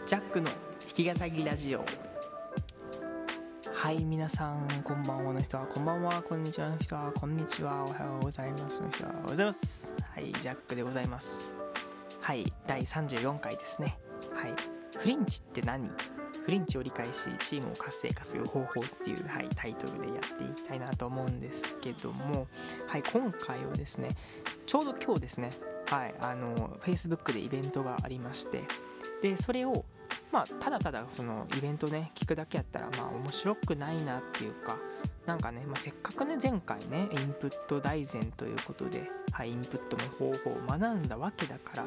ジャックの弾き語りラジオ。はい、皆さんこんばんはの人はこんばんは、こんにちはの人はこんにちは、おはようございますの人はおはようございます。はい、ジャックでございます。はい、第34回ですね。はい、フリンチって何？フリンチを理解しチームを活性化する方法っていう、はい、タイトルでやっていきたいなと思うんですけども、はい、今回はですね、ちょうど今日ですね、はい、Facebook でイベントがありまして、でそれをただただそのイベントね聞くだけやったら面白くないなっていうか、なんかね、せっかくね前回ねインプット大全ということで、はい、インプットの方法を学んだわけだから、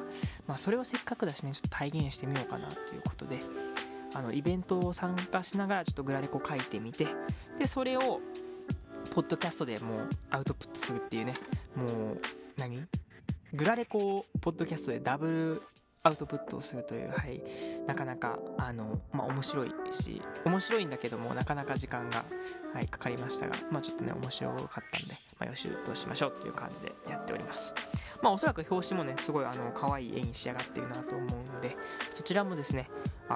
それをせっかくだしねちょっと体現してみようかなということで、イベントを参加しながらちょっとグラレコ書いてみて、でそれをポッドキャストでもうアウトプットするっていうね、もうグラレコをポッドキャストでダブルアウトプットをするという、はい、なかなか面白いんだけども、なかなか時間が、はい、かかりましたが、ちょっとね面白かったんで、予習としましょうという感じでやっております。おそらく表紙もねすごい可愛い絵に仕上がっているなと思うので、そちらもですねはい、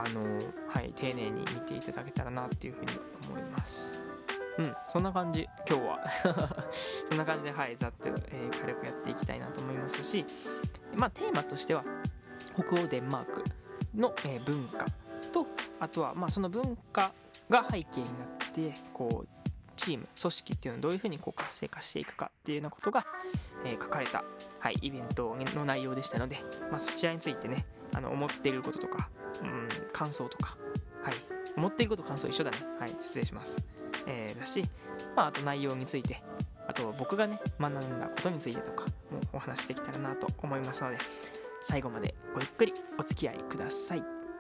丁寧に見ていただけたらなっていうふうに思います。そんな感じ、今日はそんな感じで、はい、ざっと、軽くやっていきたいなと思いますし、テーマとしては北欧デンマークの、文化と、あとはその文化が背景になってこうチーム組織っていうのをどういうふうにこう活性化していくかっていうようなことが、書かれた、はい、イベントの内容でしたので、そちらについてね思っていることとか、感想とか、はい、思っていること感想一緒だね、はい、失礼します、だし、あと内容について、あと僕がね学んだことについてとかもお話しできたらなと思いますので、最後までごゆっくりお付き合いください。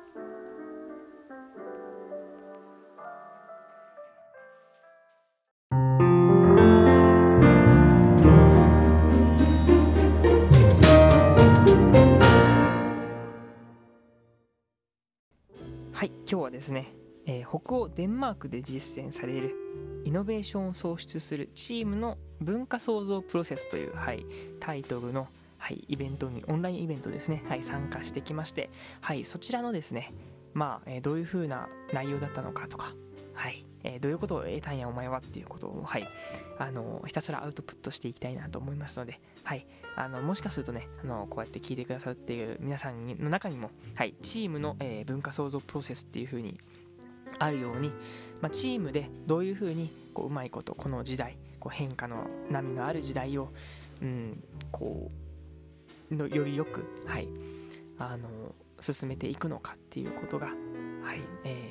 はい、今日はですね、北欧デンマークで実践されるイノベーションを創出するチームの文化創造プロセスという、はい、タイトルの、はい、イベントに、オンラインイベントですね、はい、参加してきまして、はい、そちらのですね、どういう風な内容だったのかとか、はい、どういうことを得たんやお前はっていうことを、はい、ひたすらアウトプットしていきたいなと思いますので、はい、もしかするとねこうやって聞いてくださっている皆さんの中にも、はい、チームの、文化創造プロセスっていう風にあるように、チームでどういう風にこううまいことこの時代、こう変化の波がある時代を、こうよりよく、はい、進めていくのかっていうことが、はい、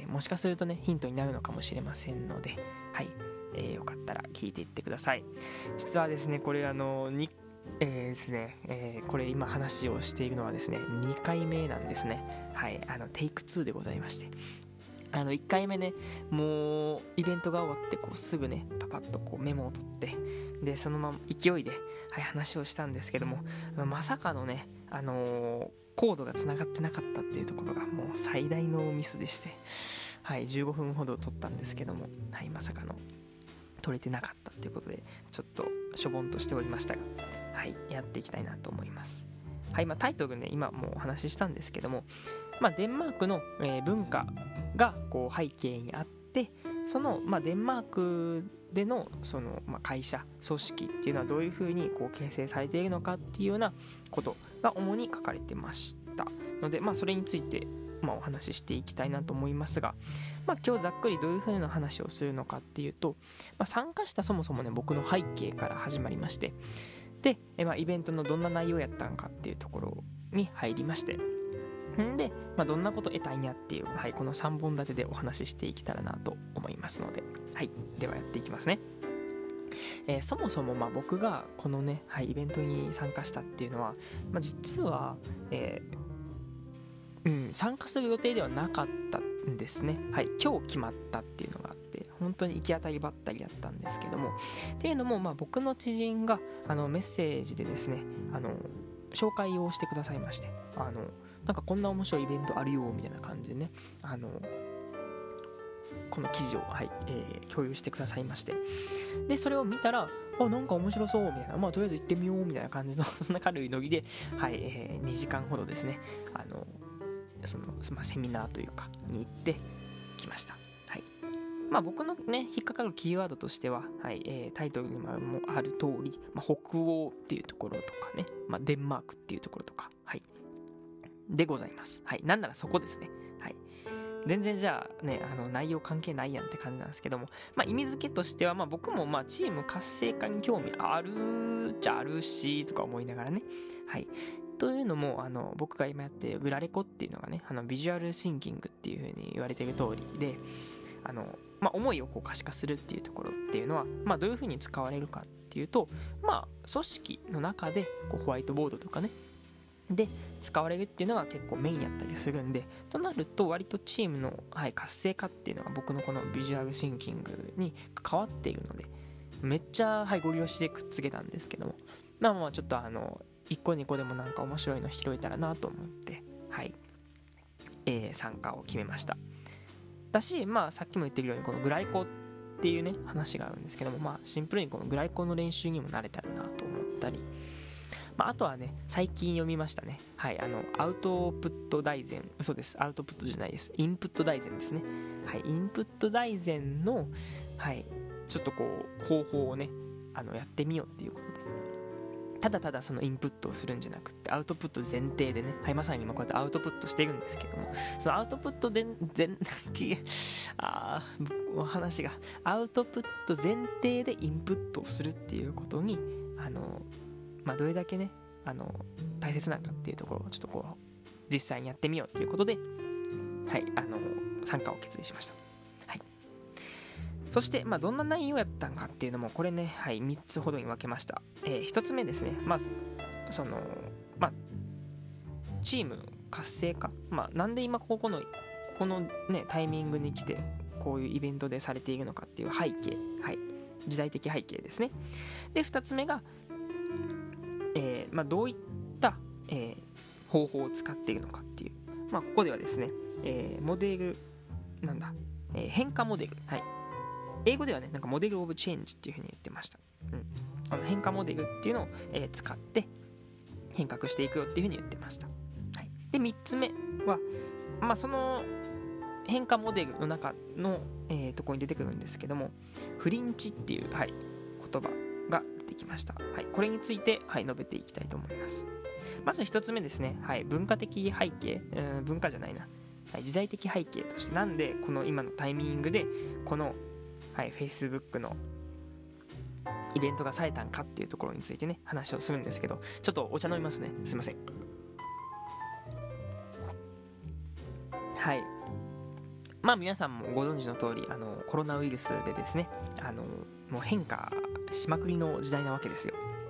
もしかするとねヒントになるのかもしれませんので、はい、よかったら聞いていってください。実はですねこれですね、これ今話をしているのはですね2回目なんですね。はい、テイク2でございまして、1回目ねもうイベントが終わってこうすぐねパパッとこうメモを取って、でそのまま勢いで、はい、話をしたんですけども、まさかのねコードがつながってなかったっていうところがもう最大のミスでして、はい、15分ほど取ったんですけども、はい、まさかの取れてなかったっていうことでちょっとしょぼんとしておりましたが、はい、やっていきたいなと思います。はい、タイトルね今もうお話ししたんですけども、デンマークの、文化がこう背景にあって、その、デンマークでのその、会社組織っていうのはどういうふうにこう形成されているのかっていうようなことが主に書かれてましたので、それについてお話ししていきたいなと思いますが、今日ざっくりどういうふうな話をするのかっていうと、参加したそもそもね僕の背景から始まりまして、で、イベントのどんな内容やったんかっていうところに入りまして、で、どんなこと得たんやっていう、はい、この3本立てでお話ししていけたらなと思いますので、はい、ではやっていきますね。そもそも僕がこのね、はい、イベントに参加したっていうのは、実は、参加する予定ではなかったんですね。はい、今日決まったっていうのがあって、本当に行き当たりばったりだったんですけども、っていうのも、僕の知人がメッセージでですね紹介をしてくださいまして、なんかこんな面白いイベントあるよみたいな感じでねこの記事を、はい、共有してくださいまして、でそれを見たらなんか面白そうみたいな、とりあえず行ってみようみたいな感じのそんな軽いノリで、はい2時間ほどですねセミナーというかに行ってきました。はい。僕のね引っかかるキーワードとしては、タイトルにもある通り、北欧っていうところとかね、デンマークっていうところとか、でございます。なんならそこですね。全然じゃあね、内容関係ないやんって感じなんですけども、意味付けとしては、僕もチーム活性化に興味あるっちゃあるしとか思いながらね。というのも、僕が今やっているグラレコっていうのがね、ビジュアルシンキングっていう風に言われている通りで、思いをこう可視化するっていうところっていうのは、どういう風に使われるかっていうと、組織の中でこうホワイトボードとかね、で使われるっていうのが結構メインやったりするんで、となると割とチームの、活性化っていうのが僕のこのビジュアルシンキングに関わっているので、めっちゃ、ご利用しでくっつけたんですけども、ちょっと1個2個でもなんか面白いの拾えたらなと思って、参加を決めました。だし、さっきも言ってるようにこのグライコっていうね話があるんですけども、シンプルにこのグライコの練習にもなれたらなと思ったり、あとはね、最近読みましたね。アウトプット大全。嘘です。アウトプットじゃないです。インプット大全ですね。インプット大全の、ちょっとこう、方法をね、やってみようっていうことで。ただただそのインプットをするんじゃなくて、アウトプット前提でね、まさに今こうやってアウトプットしているんですけども、そのアウトプットで、話が、アウトプット前提でインプットをするっていうことに、どれだけね大切なのかっていうところをちょっとこう実際にやってみようということで、参加を決意しました。そしてどんな内容やったんかっていうのもこれね、3つほどに分けました。1つ目ですね、まずそのチーム活性化、なんで今このねタイミングに来てこういうイベントでされているのかっていう背景、時代的背景ですね。で2つ目がどういった、方法を使っているのかっていう、ここではですね、モデル変化モデル、英語ではねモデルオブチェンジっていうふうに言ってました。この変化モデルっていうのを、使って変革していくよっていうふうに言ってました。で3つ目は、その変化モデルの中の、ところに出てくるんですけども、フリンチっていう、言葉が出てきました。これについて、述べていきたいと思います。まず1つ目ですね、文化的背景、文化じゃないな、時代的背景として、なんでこの今のタイミングでこの、Facebook のイベントがされたんかっていうところについてね話をするんですけど、ちょっとお茶飲みますね、すいません。皆さんもご存知の通りコロナウイルスでですねもう変化しまくりの時代なわけですよ。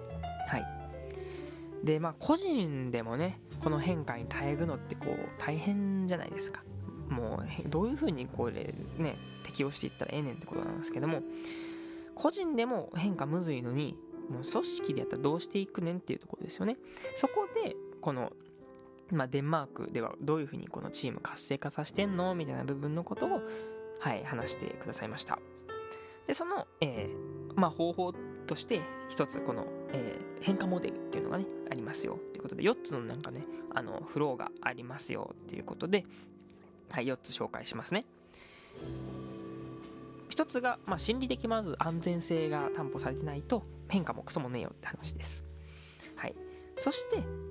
で個人でもねこの変化に耐えるのってこう大変じゃないですか。もうどういう風にこれね適応していったらええねんってことなんですけども、個人でも変化むずいのにもう組織でやったらどうしていくねんっていうところですよね。そこでこのデンマークではどういう風にこのチーム活性化させてんのみたいな部分のことを話してくださいました。でその、方法として一つこの、変化モデルっていうのがねありますよということで、4つのフローがありますよということで、4つ紹介しますね。1つが、心理的まず安全性が担保されてないと変化もクソもねえよって話です。そして、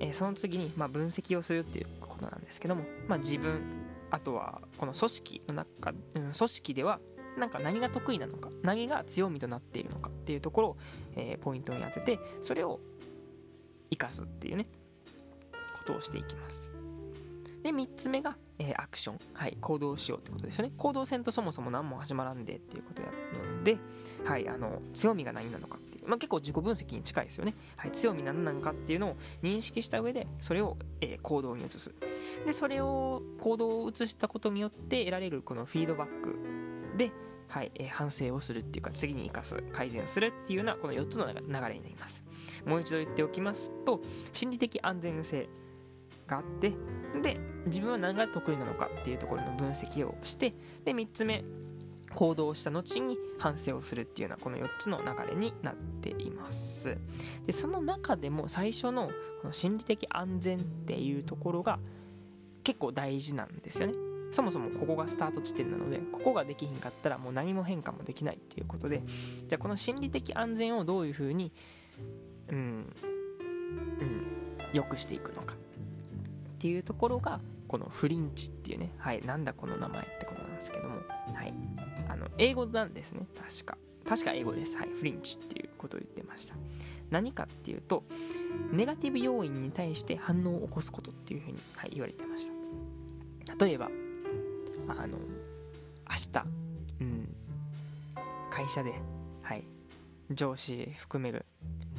その次に、分析をするっていうことなんですけども、自分、あとはこの組織の中、組織では何が得意なのか、何が強みとなっているのかっていうところを、ポイントに当てて、それを生かすっていうねことをしていきます。で3つ目が、アクション、行動しようってことですよね。行動せんとそもそも何も始まらんでっていうことやので、強みが何なのかっていう、結構自己分析に近いですよね。強み何なのかっていうのを認識した上でそれを、行動に移す。でそれを行動を移したことによって得られるこのフィードバックで、反省をするっていうか、次に生かす、改善するっていうようなこの4つの流れになります。もう一度言っておきますと、心理的安全性があって、で自分は何が得意なのかっていうところの分析をして、で3つ目行動した後に反省をするっていうようなこの4つの流れになっています。でその中でも最初のこの心理的安全っていうところが結構大事なんですよね。そもそもここがスタート地点なので、ここができひんかったらもう何も変化もできないっていうことで、じゃあこの心理的安全をどういうふうに良くしていくのかっていうところがこのフリンチっていうね、なんだこの名前ってことなんですけども、英語なんですね。確か英語です。フリンチっていうことを言ってました。何かっていうと、ネガティブ要因に対して反応を起こすことっていうふうに、言われてました。例えば明日、会社で、上司含める、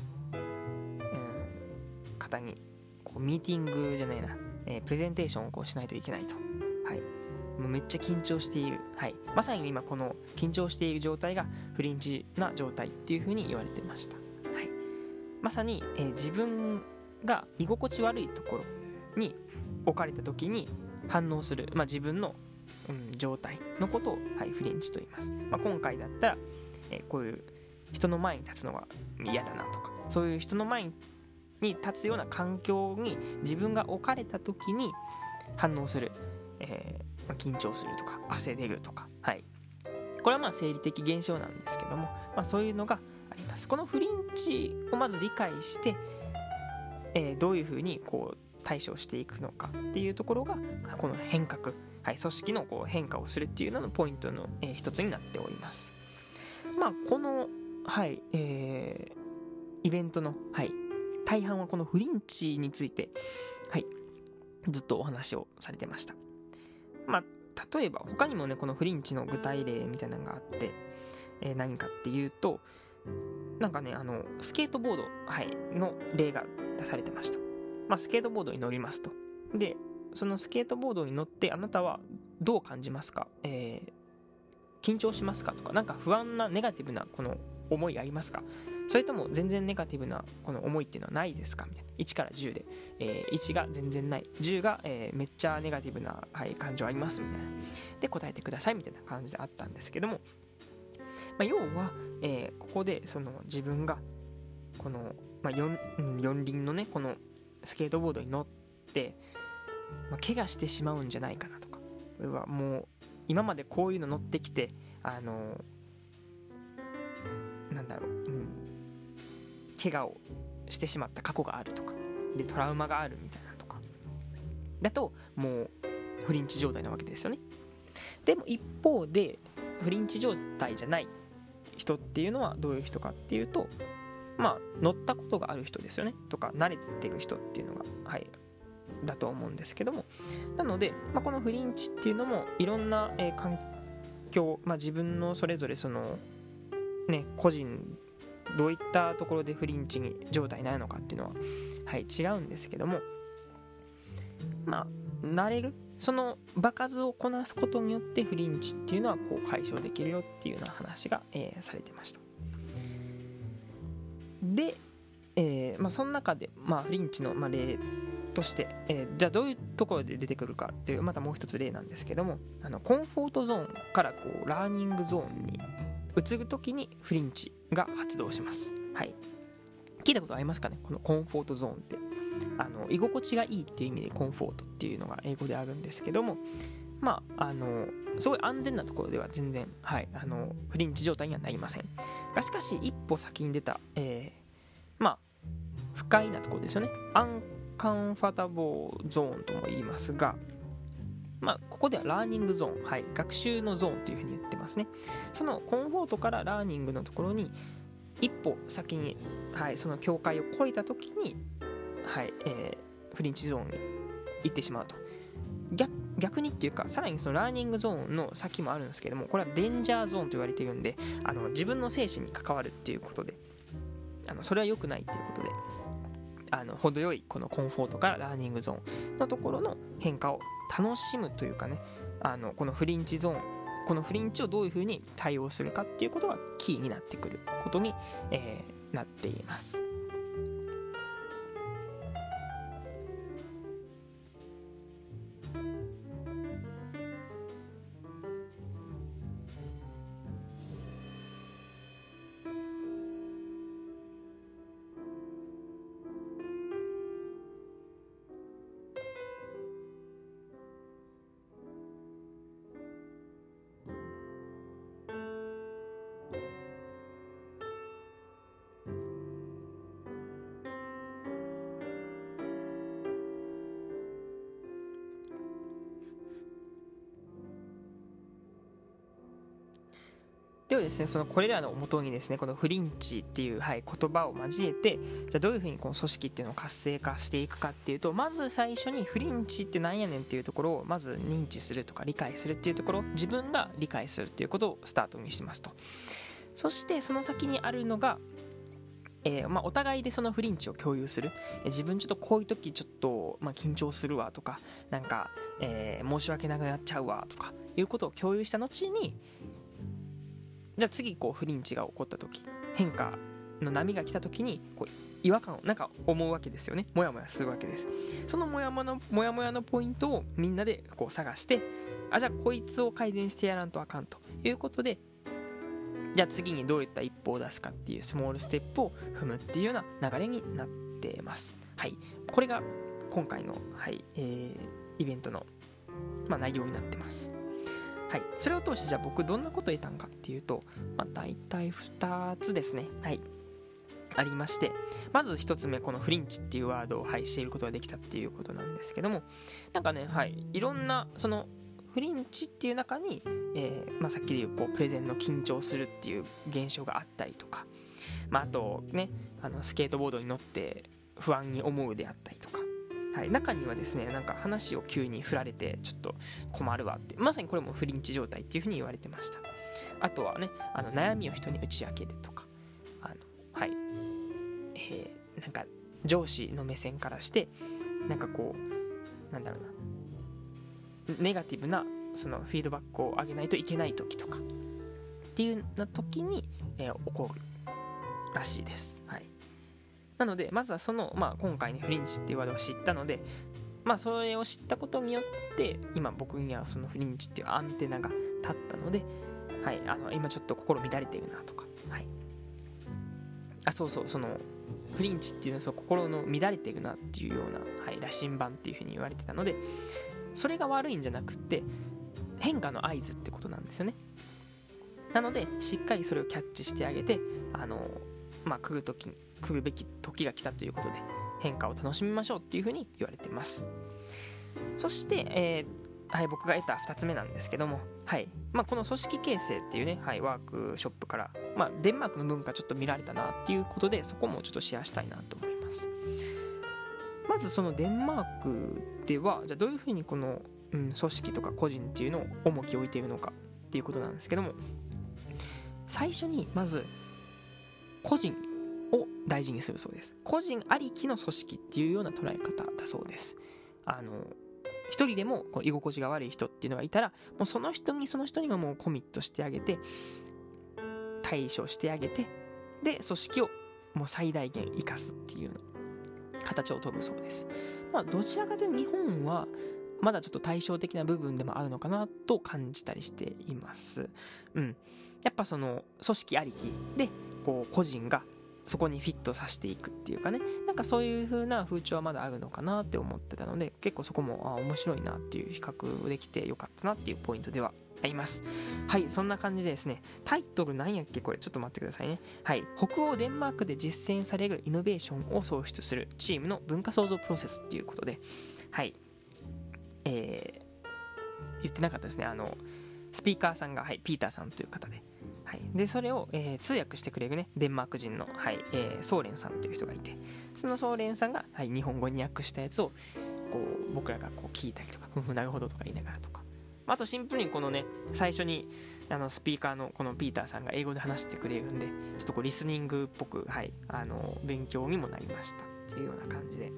方にこうミーティングじゃないな、プレゼンテーションをこうしないといけないと、もうめっちゃ緊張している、まさに今この緊張している状態がフリンチな状態っていうふうに言われてました。まさに、自分が居心地悪いところに置かれた時に反応する、自分の、状態のことを、フリンチと言います。今回だったら、こういう人の前に立つのが嫌だなとか、そういう人の前に立つような環境に自分が置かれた時に反応する、緊張するとか汗出るとか、これは生理的現象なんですけども、そういうのがあります。このフリンチをまず理解して、どういうふうにこう対処していくのかっていうところがこの変革、組織のこう変化をするっていうののポイントの、一つになっております。この、イベントの、大半はこのフリンチについて、ずっとお話をされてました。例えば他にもね、このフリンチの具体例みたいなのがあって、何かっていうと、なんかね、スケートボード、の例が出されてました。スケートボードに乗りますと。で、そのスケートボードに乗ってあなたはどう感じますか？緊張しますかとか、なんか不安なネガティブなこの思いありますか？それとも全然ネガティブなこの思いっていうのはないですかみたいな。1から10で、1が全然ない、10が、めっちゃネガティブな、感情ありますみたいな。で、答えてくださいみたいな感じであったんですけども、要は、ここでその自分がこの、四輪のね、このスケートボードに乗って、怪我してしまうんじゃないかなとか、もう今までこういうの乗ってきて、怪我をしてしまった過去があるとかで、トラウマがあるみたいなとかだと、もうフリンチ状態なわけですよね。でも一方でフリンチ状態じゃない人っていうのはどういう人かっていうと、乗ったことがある人ですよねとか、慣れてる人っていうのがだと思うんですけども、なので、このフリンチっていうのもいろんな、環境、自分のそれぞれそのね、個人どういったところでフリンチ状態になるのかっていうのは、違うんですけども、慣れる、その場数をこなすことによってフリンチっていうのはこう解消できるよっていうような話が、されてました。で、その中で、フリンチの、例として、じゃあどういうところで出てくるかっていうまたもう一つ例なんですけども、コンフォートゾーンからこうラーニングゾーンに移るときにフリンチが発動します。聞いたことありますかね、このコンフォートゾーンって。居心地がいいっていう意味でコンフォートっていうのが英語であるんですけども、すごい安全なところでは全然、フリンチ状態にはなりませんが、しかし一歩先に出た、不快なところですよね。アンカンファタボーゾーンとも言いますが、ここではラーニングゾーン、学習のゾーンというふうに言ってますね。そのコンフォートからラーニングのところに一歩先に、その境界を越えた時に、フリンチゾーンに行ってしまうと。逆にっていうか、さらにそのラーニングゾーンの先もあるんですけども、これはデンジャーゾーンと言われているんで、自分の生死に関わるっていうことで、それは良くないっていうことで、程よいこのコンフォートからラーニングゾーンのところの変化を楽しむというかね、このフリンチゾーン、このフリンチをどういうふうに対応するかっていうことがキーになってくることに、なっています。 ではですね、これらの元にですね、このフリンチっていう、言葉を交えて、じゃあどういうふうにこの組織っていうのを活性化していくかっていうと、まず最初にフリンチってなんやねんっていうところをまず認知するとか理解するっていうところ、自分が理解するっていうことをスタートにしますと。そしてその先にあるのが、お互いでそのフリンチを共有する。自分ちょっとこういう時ちょっと、緊張するわとか、なんか、申し訳なくなっちゃうわとかいうことを共有した後に、じゃあ次こうフリンチが起こった時、変化の波が来た時にこう違和感をなんか思うわけですよね。モヤモヤするわけです。そのモヤモヤのポイントをみんなでこう探して、じゃあこいつを改善してやらんとあかんということで、じゃあ次にどういった一歩を出すかっていうスモールステップを踏むっていうような流れになっています。はい、これが今回の、イベントの、内容になってます。はい、それを通してじゃあ僕どんなことを得たんかっていうと、大体2つですね、ありまして、まず1つ目、このフリンチっていうワードを、知ることができたっていうことなんですけども、なんかね、いろんなそのフリンチっていう中に、さっきで言うこうプレゼンの緊張するっていう現象があったりとか、あとね、スケートボードに乗って不安に思うであったりとか、中にはですね、なんか話を急に振られてちょっと困るわって、まさにこれもフリンチ状態っていうふうに言われてました。あとはね、悩みを人に打ち明けるとか、なんか上司の目線からしてなんかこうなんだろうな、ネガティブなそのフィードバックを上げないといけない時とかっていうな時に、起こるらしいです。なのでまずはその、今回ねフリンチっていうワードを知ったので、それを知ったことによって今僕にはそのフリンチっていうアンテナが立ったので、今ちょっと心乱れているなとか、そのフリンチっていうのはその心の乱れているなっていうような、羅針盤っていうふうに言われてたので、それが悪いんじゃなくって変化の合図ってことなんですよね。なのでしっかりそれをキャッチしてあげて、来るべき時が来たということで変化を楽しみましょうっていうふうに言われています。そして、僕が得た2つ目なんですけども、この組織形成っていうね、ワークショップから、デンマークの文化ちょっと見られたなっていうことで、そこもちょっとシェアしたいなと思います。まずそのデンマークではじゃあどういうふうにこの、組織とか個人っていうのを重きを置いているのかっていうことなんですけども、最初にまず個人を大事にするそうです。個人ありきの組織っていうような捉え方だそうです。一人でもこう居心地が悪い人っていうのがいたら、もうその人にはもうコミットしてあげて、対処してあげて、で組織をもう最大限生かすっていうような形を取るそうです。どちらかというと日本はまだちょっと対照的な部分でもあるのかなと感じたりしています。やっぱその組織ありきでこう個人がそこにフィットさせていくっていうかね、なんかそういう風な風潮はまだあるのかなって思ってたので、結構そこも面白いなっていう比較できてよかったなっていうポイントではあります。そんな感じでですね、タイトルなんやっけこれ、ちょっと待ってくださいね。北欧デンマークで実践されるイノベーションを創出するチームの文化創造プロセスっていうことで、言ってなかったですね。スピーカーさんが、ピーターさんという方で、でそれを、通訳してくれるねデンマーク人の、ソーレンさんという人がいて、そのソーレンさんが、日本語に訳したやつをこう僕らがこう聞いたりとか、なるほどとか言いながらとか、あとシンプルにこのね最初にスピーカーのこのピーターさんが英語で話してくれるんで、ちょっとこうリスニングっぽく、勉強にもなりましたっていうような感じで、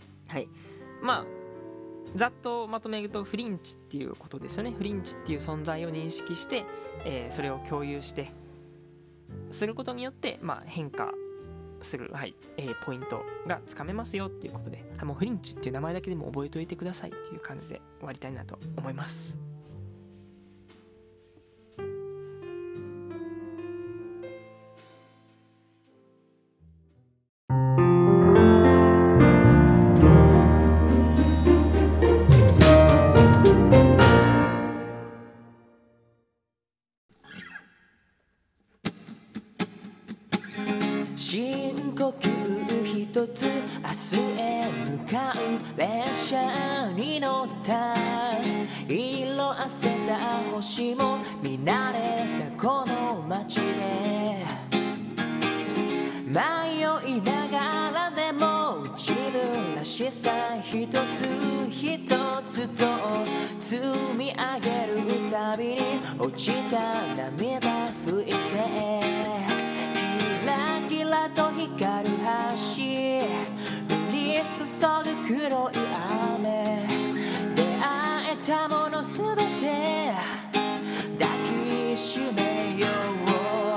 ざっとまとめるとフリンチっていうことですよね。フリンチっていう存在を認識して、それを共有してすることによって、変化する、ポイントがつかめますよっていうことで、もうフリンチっていう名前だけでも覚えておいてくださいっていう感じで終わりたいなと思います。 深呼吸一つ、明日へ向かう列車に乗った、色あせた星も見慣れたこの街と積み上げるたびに落ちた涙拭いて、キラキラと光る橋、降り注ぐ黒い雨、出会えたものすべて抱きしめよう。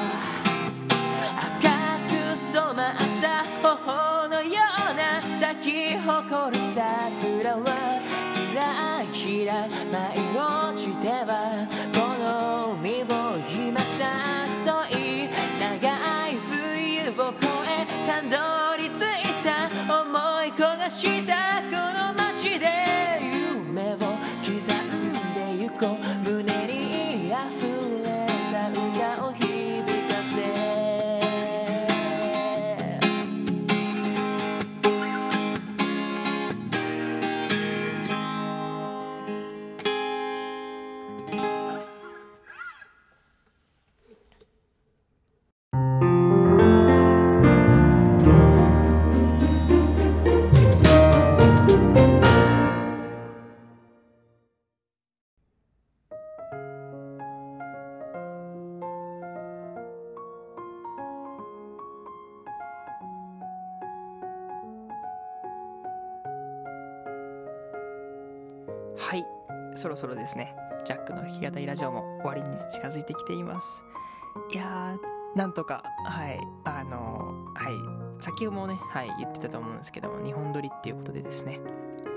赤く染まった頬のような咲き誇る桜はひらひら舞い落ちてはこの身を今誘い、長い冬を越えたどり着いた思い焦がしたこの街で夢を刻んでゆこう。胸に溢れた歌を響かせ、 はい、そろそろですね、ジャックの弾き語りラジオも終わりに近づいてきています。いやー、なんとか、先ほどもね、言ってたと思うんですけども、2本撮りっていうことでですね、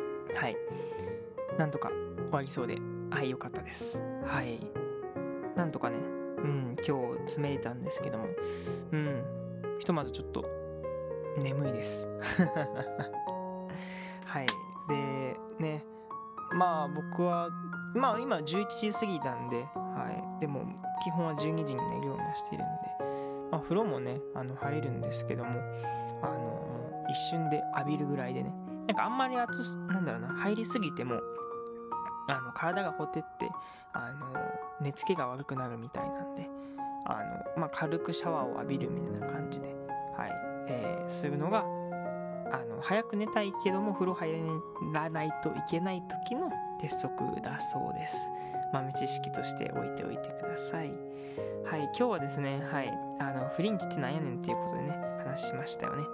なんとか終わりそうで、よかったです。なんとかね、今日詰めれたんですけども、ひとまずちょっと眠いです。でね、僕は今11時過ぎなんで、でも基本は12時に寝るようにはしているんで、風呂もね入れるんですけども、一瞬で浴びるぐらいでね、なんかあんまり入りすぎても体がほてって寝つきが悪くなるみたいなんで、軽くシャワーを浴びるみたいな感じでするのが早く寝たいけども風呂入らないといけない時の鉄則だそうです。豆知識として置いておいてください。今日はですね、フリンチってなんやねんっていうことでね話しましたよね。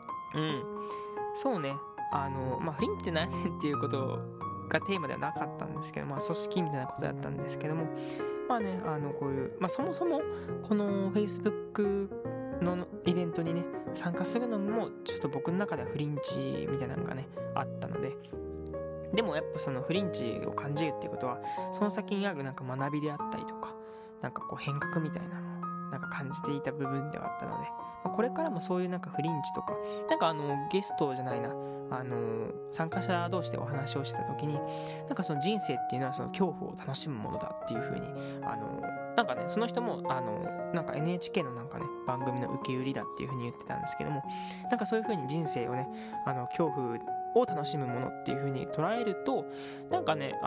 そうね、フリンチってなんやねんっていうことがテーマではなかったんですけど、組織みたいなことだったんですけども、こういう、そもそもこの Facebook のイベントにね参加するのもちょっと僕の中ではフリンチみたいなのがねあったので、でもやっぱそのフリンチを感じるっていうことはその先にあるなんか学びであったりとか、なんかこう変革みたいなのをなんか感じていた部分ではあったので、これからもそういうなんかフリンチとかなんかゲストじゃないな参加者同士でお話をしてた時に、なんかその人生っていうのはその恐怖を楽しむものだっていう風になんかねその人もなんか NHK のなんかね番組の受け売りだっていう風に言ってたんですけども、なんかそういう風に人生をね恐怖を楽しむものっていう風に捉えると、なんかね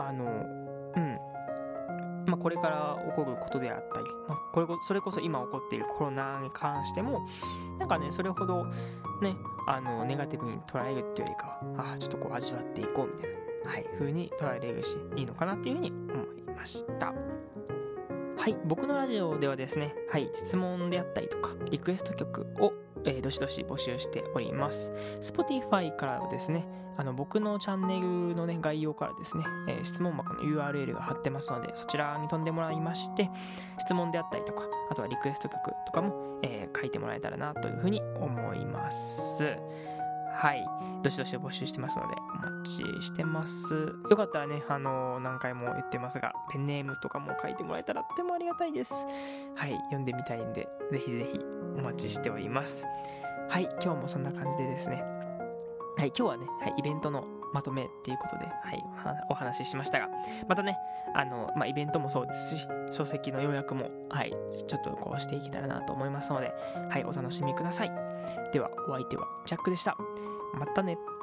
これから起こることであったり、それこそ今起こっているコロナに関してもなんかねそれほどねネガティブに捉えるっていうよりかはちょっとこう味わっていこうみたいな風に捉えれるしいいのかなっていう風に思いました。僕のラジオではですね、質問であったりとかリクエスト曲を、どしどし募集しております。 Spotify からはですね僕のチャンネルのね概要からですね、質問箱の URL が貼ってますので、そちらに飛んでもらいまして質問であったりとか、あとはリクエスト曲とかも、書いてもらえたらなというふうに思います。どしどし募集してますのでお待ちしてます。よかったらね何回も言ってますがペンネームとかも書いてもらえたらとてもありがたいです。読んでみたいんでぜひぜひお待ちしております。今日もそんな感じでですね、今日はね、イベントのまとめっていうことで、お話ししましたが、またねイベントもそうですし書籍の要約もちょっとこうしていけたらなと思いますので、お楽しみください。ではお相手はジャックでした。またね。